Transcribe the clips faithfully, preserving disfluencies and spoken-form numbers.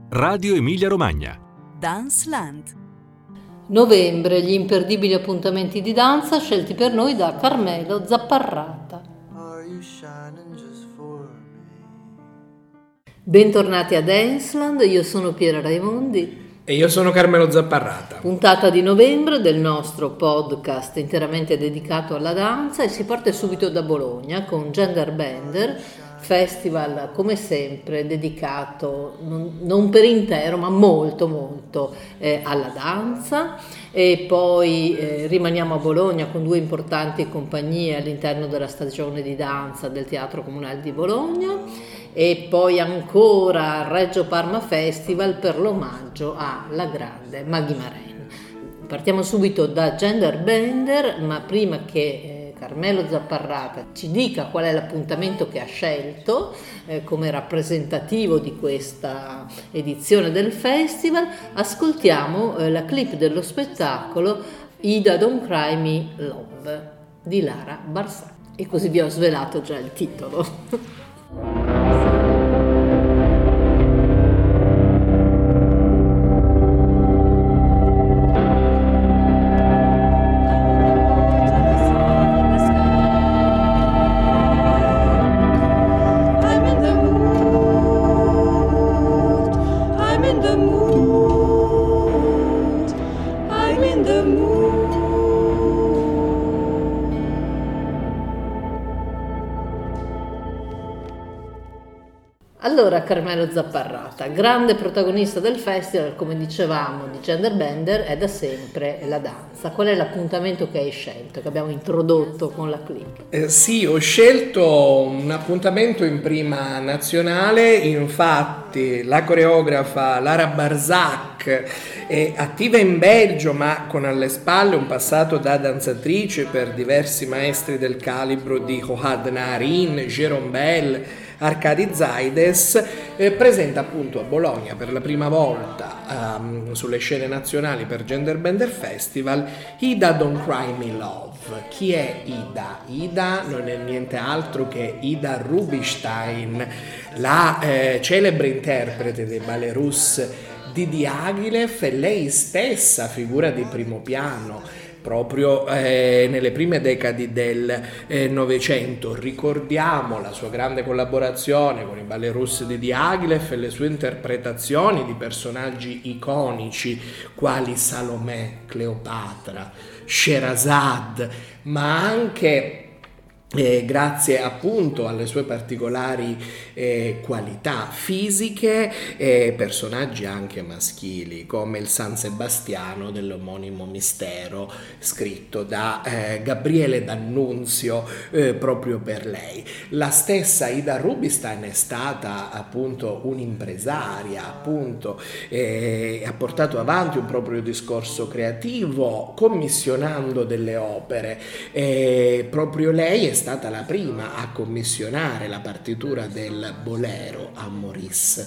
Radio Emilia Romagna. Danceland. Novembre, gli imperdibili appuntamenti di danza scelti per noi da Carmelo Zapparrata. Bentornati a Danceland, io sono Piera Raimondi. E io sono Carmelo Zapparrata. Puntata di novembre del nostro podcast interamente dedicato alla danza, e si parte subito da Bologna con Genderbender, festival come sempre dedicato non, non per intero ma molto molto eh, alla danza. E poi eh, rimaniamo a Bologna con due importanti compagnie all'interno della stagione di danza del Teatro Comunale di Bologna, e poi ancora Reggio Parma Festival per l'omaggio alla grande Maghi Maren. Partiamo subito da Genderbender, ma prima che eh, Carmelo Zapparrata ci dica qual è l'appuntamento che ha scelto eh, come rappresentativo di questa edizione del festival, ascoltiamo eh, la clip dello spettacolo Ida Don't Cry Me Love di Lara Barzak, e così vi ho svelato già il titolo. Allora, Carmelo Zapparrata, grande protagonista del festival, come dicevamo, di Genderbender, è da sempre la danza. Qual è l'appuntamento che hai scelto, che abbiamo introdotto con la clip? Eh, sì, ho scelto un appuntamento in prima nazionale. Infatti la coreografa Lara Barzak è attiva in Belgio, ma con alle spalle un passato da danzatrice per diversi maestri del calibro di Ohad Naharin, Jérôme Bell, Arkady Zaides, eh, presenta appunto a Bologna per la prima volta um, sulle scene nazionali per Genderbender Festival Ida Don't Cry Me Love. Chi è Ida? Ida non è niente altro che Ida Rubinstein, la eh, celebre interprete dei ballet russe di Diaghilev, e lei stessa figura di primo piano proprio eh, nelle prime decadi del eh, Novecento. Ricordiamo la sua grande collaborazione con i ballet russi di Diaghilev e le sue interpretazioni di personaggi iconici quali Salomè, Cleopatra, Sherazade, ma anche Eh, grazie appunto alle sue particolari eh, qualità fisiche, eh, personaggi anche maschili come il San Sebastiano dell'omonimo Mistero, scritto da eh, Gabriele D'Annunzio eh, proprio per lei. La stessa Ida Rubinstein è stata appunto un'impresaria, appunto eh, ha portato avanti un proprio discorso creativo commissionando delle opere. Eh, proprio lei è stata la prima a commissionare la partitura del Bolero a Maurice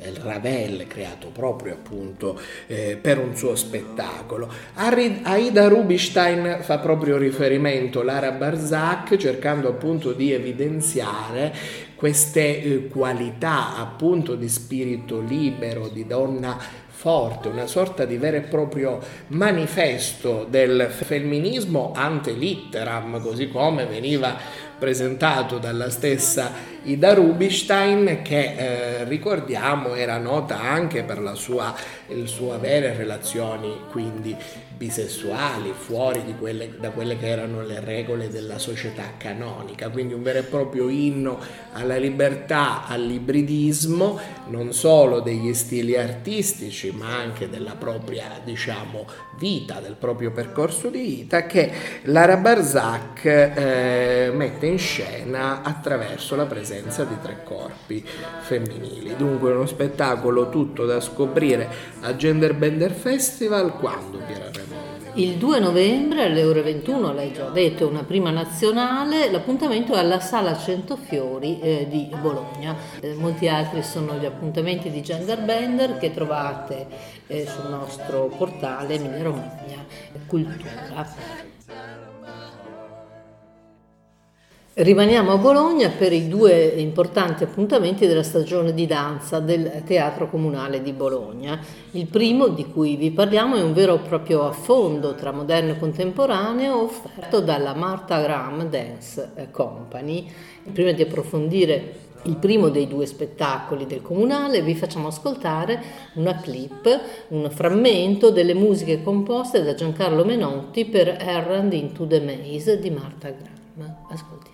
Ravel, creato proprio appunto eh, per un suo spettacolo. A Ida Rubinstein fa proprio riferimento Lara Barzak, cercando appunto di evidenziare queste eh, qualità appunto di spirito libero, di donna forte, una sorta di vero e proprio manifesto del femminismo ante litteram, così come veniva presentato dalla stessa Ida Rubinstein, che eh, ricordiamo era nota anche per la sua, il suo avere relazioni quindi bisessuali, fuori di quelle, da quelle che erano le regole della società canonica, quindi un vero e proprio inno alla libertà, all'ibridismo, non solo degli stili artistici ma anche della propria, diciamo, vita, del proprio percorso di vita, che Lara Barzak eh, mette in scena attraverso la presenza di tre corpi femminili. Dunque uno spettacolo tutto da scoprire a Genderbender Festival. Quando, Piera Raimondi? Il due novembre alle ore ventuno, lei già detto, una prima nazionale. L'appuntamento è alla Sala Centofiori eh, di Bologna. Eh, molti altri sono gli appuntamenti di Genderbender che trovate eh, sul nostro portale Emilia Romagna Cultura. Rimaniamo a Bologna per i due importanti appuntamenti della stagione di danza del Teatro Comunale di Bologna. Il primo di cui vi parliamo è un vero e proprio affondo tra moderno e contemporaneo offerto dalla Martha Graham Dance Company. Prima di approfondire il primo dei due spettacoli del Comunale vi facciamo ascoltare una clip, un frammento delle musiche composte da Giancarlo Menotti per Errand into the Maze di Martha Graham. Ascoltiamo.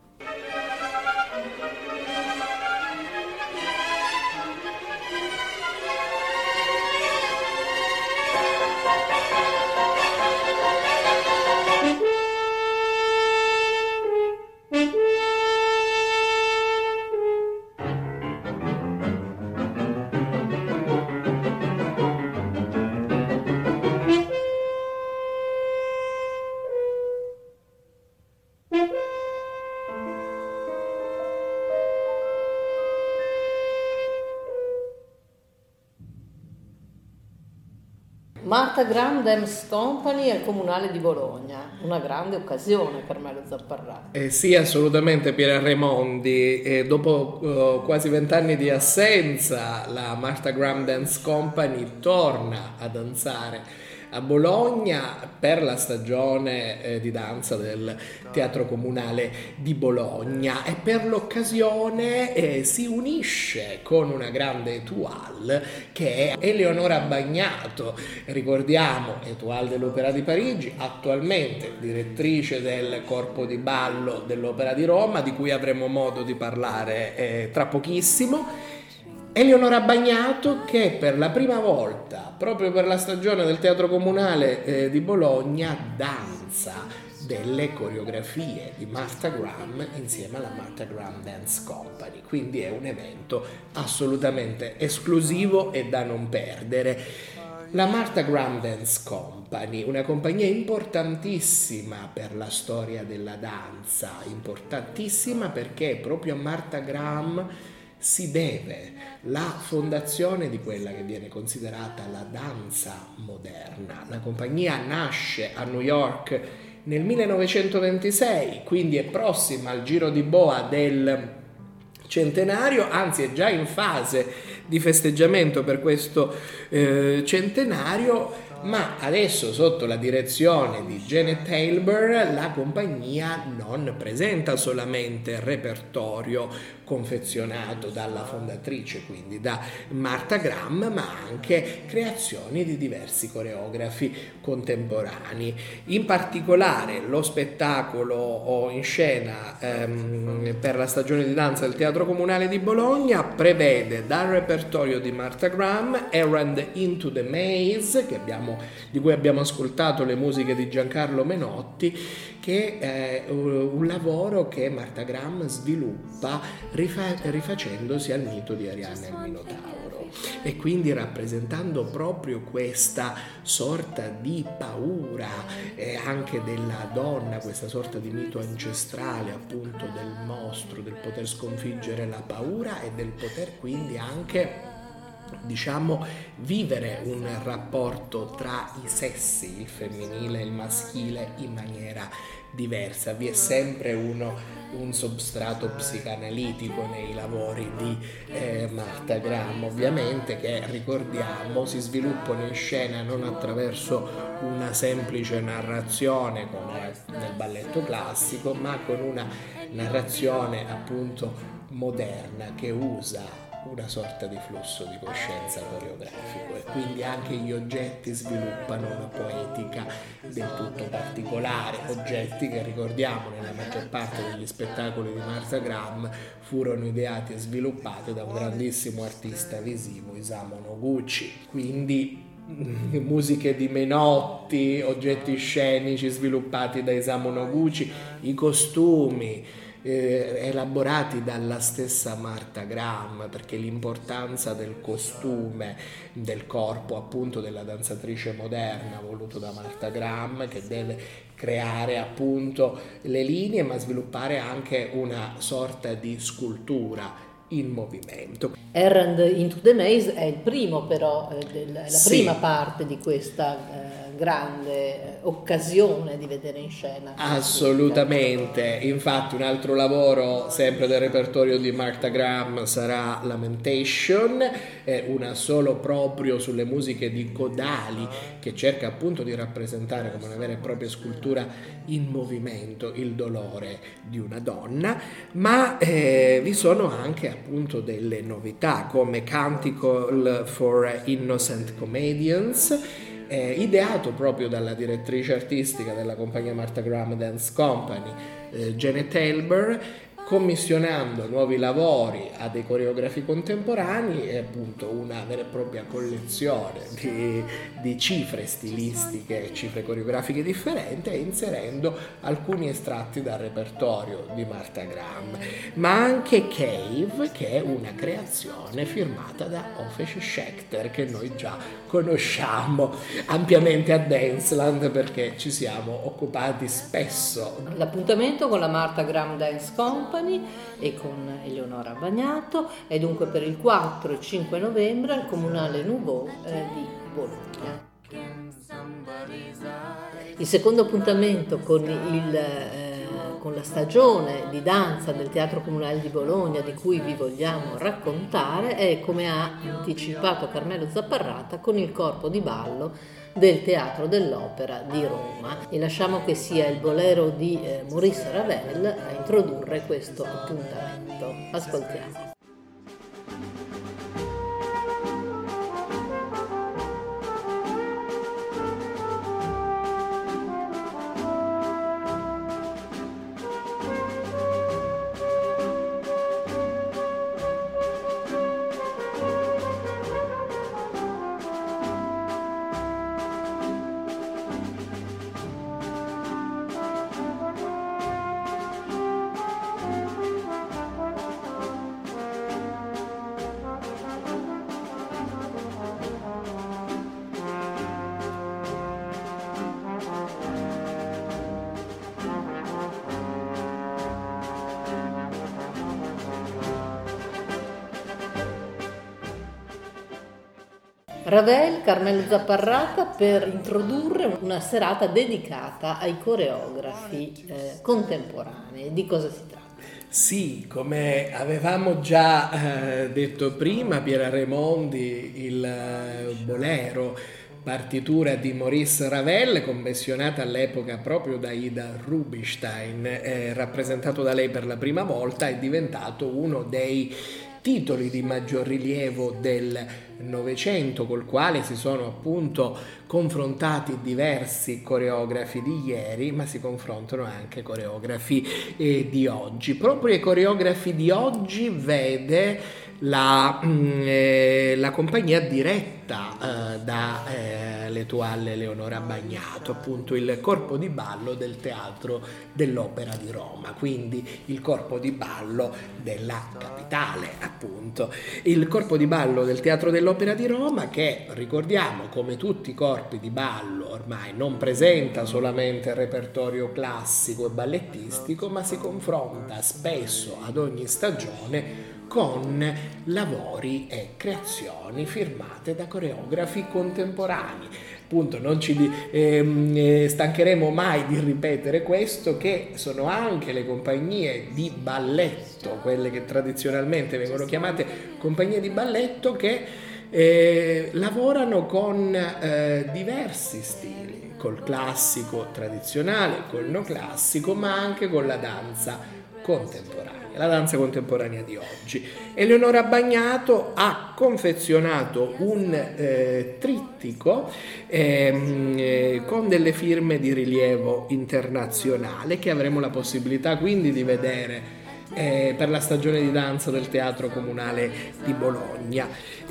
Martha Graham Dance Company al Comunale di Bologna, una grande occasione per me lo Zapparrà. Eh sì, assolutamente Piera Raimondi. E dopo uh, quasi vent'anni di assenza, la Martha Graham Dance Company torna a danzare a Bologna per la stagione eh, di danza del Teatro Comunale di Bologna e per l'occasione eh, si unisce con una grande étoile che è Eleonora Bagnato. Ricordiamo, étoile dell'Opera di Parigi, attualmente direttrice del corpo di ballo dell'Opera di Roma, di cui avremo modo di parlare eh, tra pochissimo. Eleonora Bagnato che per la prima volta, proprio per la stagione del Teatro Comunale eh, di Bologna, danza delle coreografie di Martha Graham insieme alla Martha Graham Dance Company, quindi è un evento assolutamente esclusivo e da non perdere. La Martha Graham Dance Company, una compagnia importantissima per la storia della danza, importantissima perché proprio a Martha Graham si deve la fondazione di quella che viene considerata la danza moderna. La compagnia nasce a New York nel millenovecentoventisei, quindi è prossima al giro di boa del centenario, anzi è già in fase di festeggiamento per questo eh, centenario, ma adesso sotto la direzione di Janet Tailber la compagnia non presenta solamente repertorio confezionato dalla fondatrice, quindi da Martha Graham, ma anche creazioni di diversi coreografi contemporanei. In particolare lo spettacolo in scena ehm, per la stagione di danza del Teatro Comunale di Bologna prevede dal repertorio di Martha Graham Errand into the Maze, che abbiamo di cui abbiamo ascoltato le musiche di Giancarlo Menotti, che è un lavoro che Martha Graham sviluppa rifa- rifacendosi al mito di Arianna e il Minotauro e quindi rappresentando proprio questa sorta di paura eh, anche della donna, questa sorta di mito ancestrale appunto del mostro, del poter sconfiggere la paura e del poter quindi anche diciamo vivere un rapporto tra i sessi, il femminile e il maschile, in maniera diversa. Vi è sempre uno, un substrato psicanalitico nei lavori di eh, Martha Graham, ovviamente, che ricordiamo si sviluppano in scena non attraverso una semplice narrazione come nel balletto classico, ma con una narrazione appunto moderna che usa una sorta di flusso di coscienza coreografico e quindi anche gli oggetti sviluppano una poetica del tutto particolare, oggetti che ricordiamo nella maggior parte degli spettacoli di Martha Graham furono ideati e sviluppati da un grandissimo artista visivo, Isamu Noguchi, quindi musiche di Menotti, oggetti scenici sviluppati da Isamu Noguchi, i costumi Eh, elaborati dalla stessa Martha Graham, perché l'importanza del costume, del corpo appunto della danzatrice moderna voluto da Martha Graham, che deve creare appunto le linee ma sviluppare anche una sorta di scultura in movimento. Errand into the Maze è il primo però, eh, del, la sì. prima parte di questa eh, grande occasione di vedere in scena. Assolutamente, infatti un altro lavoro sempre del repertorio di Martha Graham sarà Lamentation, eh, una solo proprio sulle musiche di Kodali, che cerca appunto di rappresentare come una vera e propria scultura in movimento il dolore di una donna, ma eh, vi sono anche appunto delle novità come Canticle for Innocent Comedians, eh, ideato proprio dalla direttrice artistica della compagnia Martha Graham Dance Company, eh, Janet Elber, commissionando nuovi lavori a dei coreografi contemporanei e appunto una vera e propria collezione di, di cifre stilistiche e cifre coreografiche differenti, e inserendo alcuni estratti dal repertorio di Martha Graham, ma anche Cave, che è una creazione firmata da Ofesh Schechter, che noi già conosciamo ampiamente a Danceland perché ci siamo occupati spesso. L'appuntamento con la Martha Graham Dance Company e con Eleonora Bagnato è dunque per il quattro e cinque novembre al Comunale Nouveau eh, di Bologna. Il secondo appuntamento con, il, eh, con la stagione di danza del Teatro Comunale di Bologna, di cui vi vogliamo raccontare, è, come ha anticipato Carmelo Zapparrata, con il corpo di ballo del Teatro dell'Opera di Roma, e lasciamo che sia il bolero di eh, Maurice Ravel a introdurre questo appuntamento. Ascoltiamo. Ravel, Carmelo Zapparrata, per introdurre una serata dedicata ai coreografi eh, contemporanei. Di cosa si tratta? Sì, come avevamo già eh, detto prima, Piera Raimondi, il eh, bolero, partitura di Maurice Ravel, commissionata all'epoca proprio da Ida Rubinstein, eh, rappresentato da lei per la prima volta, è diventato uno dei titoli di maggior rilievo del Novecento, col quale si sono appunto confrontati diversi coreografi di ieri, ma si confrontano anche coreografi eh, di oggi. Proprio i coreografi di oggi vede la, mh, eh, la compagnia diretta eh, da eh, l'Étoile Eleonora Bagnato, appunto il corpo di ballo del Teatro dell'Opera di Roma, quindi il corpo di ballo della capitale, appunto. Il corpo di ballo del Teatro dell'Opera di Roma, che ricordiamo, come tutti i corpi di ballo ormai, non presenta solamente il repertorio classico e ballettistico, ma si confronta spesso ad ogni stagione con lavori e creazioni firmate da coreografi contemporanei. Appunto, non ci eh, stancheremo mai di ripetere questo, che sono anche le compagnie di balletto, quelle che tradizionalmente vengono chiamate compagnie di balletto, che eh, lavorano con eh, diversi stili, col classico tradizionale, col neoclassico, ma anche con la danza contemporanea, la danza contemporanea di oggi. Eleonora Bagnato ha confezionato un eh, trittico ehm, eh, con delle firme di rilievo internazionale, che avremo la possibilità quindi di vedere Eh, per la stagione di danza del Teatro Comunale di Bologna,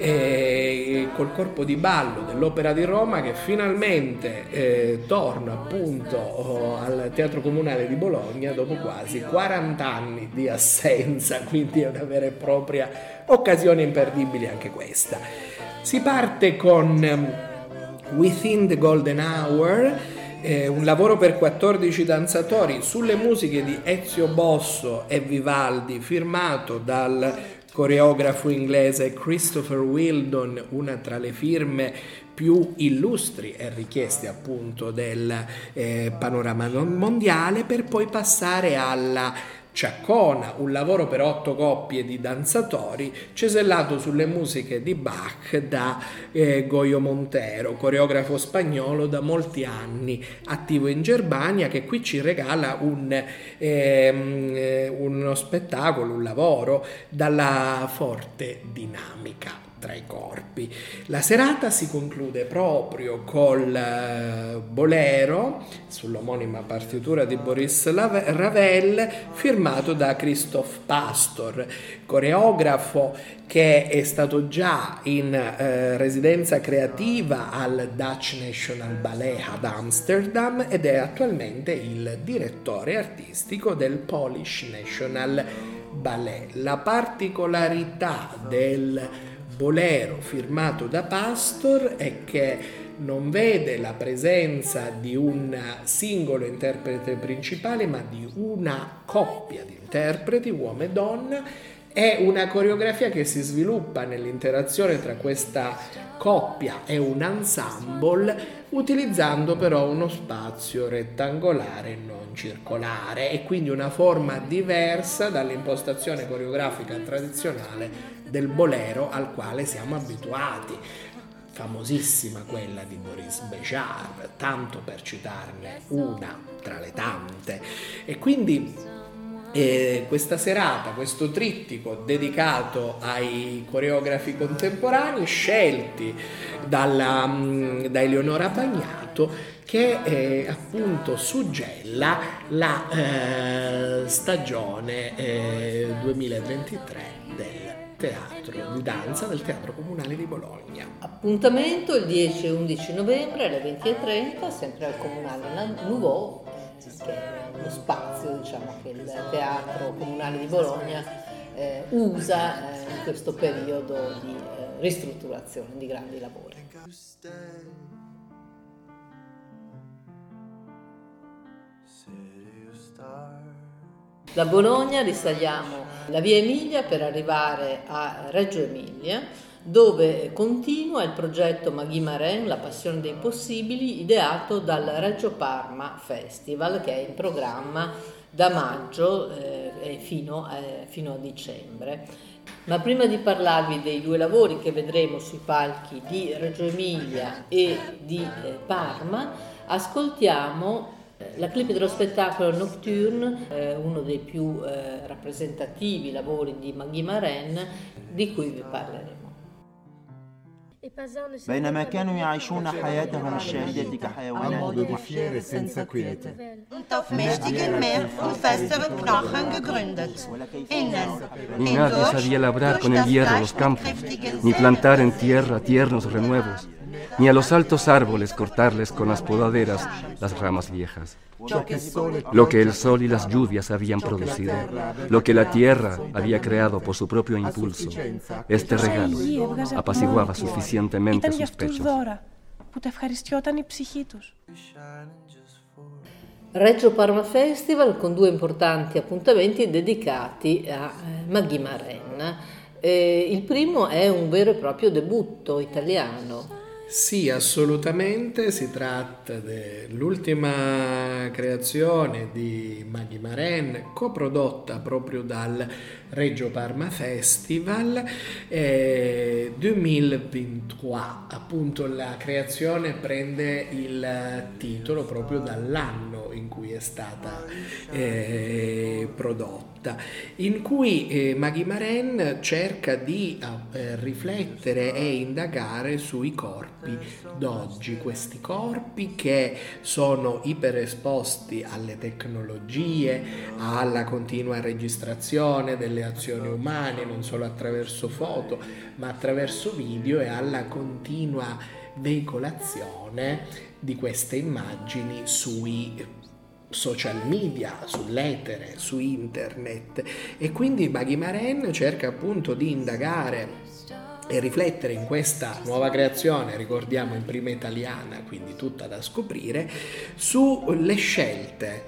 eh, col corpo di ballo dell'Opera di Roma, che finalmente eh, torna appunto oh, al Teatro Comunale di Bologna dopo quasi quaranta anni di assenza, quindi è una vera e propria occasione imperdibile anche questa. Si parte con um, Within the Golden Hour, Eh, un lavoro per quattordici danzatori sulle musiche di Ezio Bosso e Vivaldi, firmato dal coreografo inglese Christopher Wheeldon, una tra le firme più illustri e richiesti appunto del eh, panorama mondiale, per poi passare alla Ciaccona, un lavoro per otto coppie di danzatori cesellato sulle musiche di Bach da eh, Goyo Montero, coreografo spagnolo da molti anni attivo in Germania, che qui ci regala un, eh, uno spettacolo, un lavoro dalla forte dinamica tra i corpi. La serata si conclude proprio col uh, bolero sull'omonima partitura di Boris Ravel, firmato da Christoph Pastor, coreografo che è stato già in uh, residenza creativa al Dutch National Ballet ad Amsterdam ed è attualmente il direttore artistico del Polish National Ballet. La particolarità del bolero firmato da Pastor è che non vede la presenza di un singolo interprete principale, ma di una coppia di interpreti, uomo e donna. È una coreografia che si sviluppa nell'interazione tra questa coppia e un ensemble, utilizzando però uno spazio rettangolare e non circolare, e quindi una forma diversa dall'impostazione coreografica tradizionale del bolero al quale siamo abituati. Famosissima quella di Boris Béjart, tanto per citarne una tra le tante. E quindi eh, questa serata, questo trittico dedicato ai coreografi contemporanei scelti dalla, da Eleonora Pagnato, che eh, appunto suggella la eh, stagione eh, duemilaventitré del teatro di danza del Teatro Comunale di Bologna. Appuntamento il dieci e undici novembre alle venti e trenta, sempre al Comunale Nouveau, che è uno spazio, diciamo, che il Teatro Comunale di Bologna eh, usa eh, in questo periodo di eh, ristrutturazione, di grandi lavori. Da Bologna risaliamo la via Emilia per arrivare a Reggio Emilia, dove continua il progetto Maghi Maren, la passione dei possibili, ideato dal Reggio Parma Festival, che è in programma da maggio eh, fino, eh, fino a dicembre. Ma prima di parlarvi dei due lavori che vedremo sui palchi di Reggio Emilia e di eh, Parma, ascoltiamo la clip dello spettacolo Nocturne, eh, uno dei più eh, rappresentativi lavori di Maghi Maren, di cui vi parleremo. بينما كانوا يعيشون حياتهم الشاردة كحيوانات auf mächtigen Meer und festeren Knochen gegründet. Innen, Ni nadie sabía labrar con el hierro los campos, ni plantar en tierra tiernos renuevos, ni a los altos árboles cortarles con las podaderas las ramas viejas. Lo que el sol y las lluvias habían producido, lo que la tierra había creado por su propio impulso, este regalo apaciguaba suficientemente sus pechos. Reggio Parma Festival con due importanti appuntamenti dedicati a Maghi Maren. Eh, il primo è un vero e proprio debutto italiano. Sì, assolutamente, si tratta dell'ultima creazione di Maghi Maren, coprodotta proprio dal Reggio Parma Festival eh, duemilaventitré. Appunto la creazione prende il titolo proprio dall'anno in cui è stata eh, prodotta, in cui eh, Maghi Maren cerca di eh, riflettere e indagare sui corpi d'oggi, questi corpi che sono iperesposti alle tecnologie, alla continua registrazione delle azioni umane, non solo attraverso foto, ma attraverso video, e alla continua veicolazione di queste immagini sui social media, sull'etere, su internet. E quindi Maghi Maren cerca appunto di indagare e riflettere in questa nuova creazione, ricordiamo in prima italiana, quindi tutta da scoprire, sulle scelte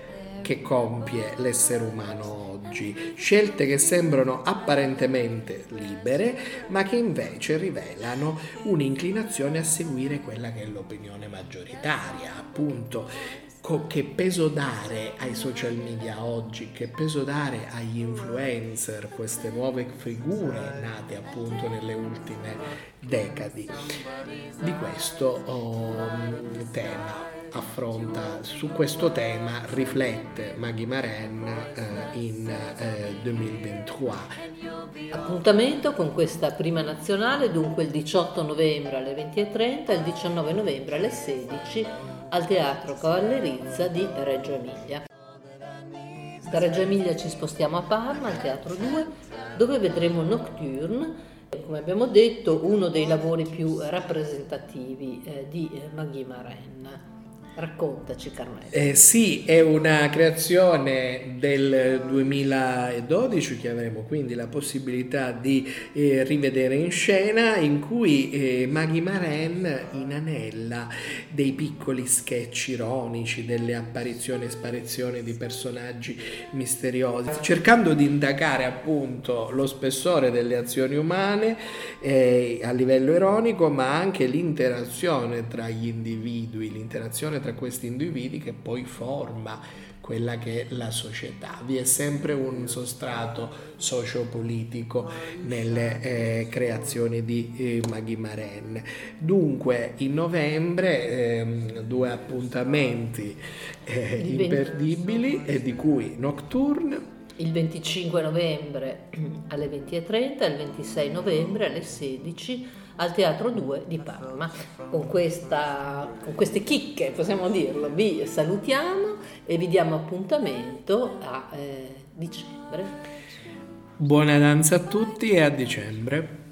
che compie l'essere umano oggi, scelte che sembrano apparentemente libere, ma che invece rivelano un'inclinazione a seguire quella che è l'opinione maggioritaria, appunto. Che peso dare ai social media oggi, che peso dare agli influencer, queste nuove figure nate appunto nelle ultime decadi. Di questo oh, tema affronta, su questo tema riflette Maggie Marraine eh, in eh, duemilaventidue. Appuntamento con questa prima nazionale dunque il diciotto novembre alle venti e trenta e il diciannove novembre alle sedici al Teatro Cavallerizza di Reggio Emilia. Da Reggio Emilia ci spostiamo a Parma, al Teatro due, dove vedremo Nocturne, come abbiamo detto uno dei lavori più rappresentativi eh, di Maggie Marraine. Raccontaci, Carmelo. Eh, sì, è una creazione del duemiladodici che avremo quindi la possibilità di eh, rivedere in scena, in cui eh, Maggie Marraine inanella dei piccoli sketch ironici, delle apparizioni e sparizioni di personaggi misteriosi, cercando di indagare appunto lo spessore delle azioni umane eh, a livello ironico, ma anche l'interazione tra gli individui, l'interazione tra questi individui che poi forma quella che è la società. Vi è sempre un sostrato sociopolitico nelle eh, creazioni di eh, Maggie Marraine. Dunque in novembre eh, due appuntamenti eh, imperdibili, e di cui Nocturne il venticinque novembre alle venti e trenta e il ventisei novembre alle sedici al Teatro due di Parma. Con, questa, con queste chicche, possiamo dirlo, vi salutiamo e vi diamo appuntamento a eh, dicembre. Buona danza a tutti e a dicembre.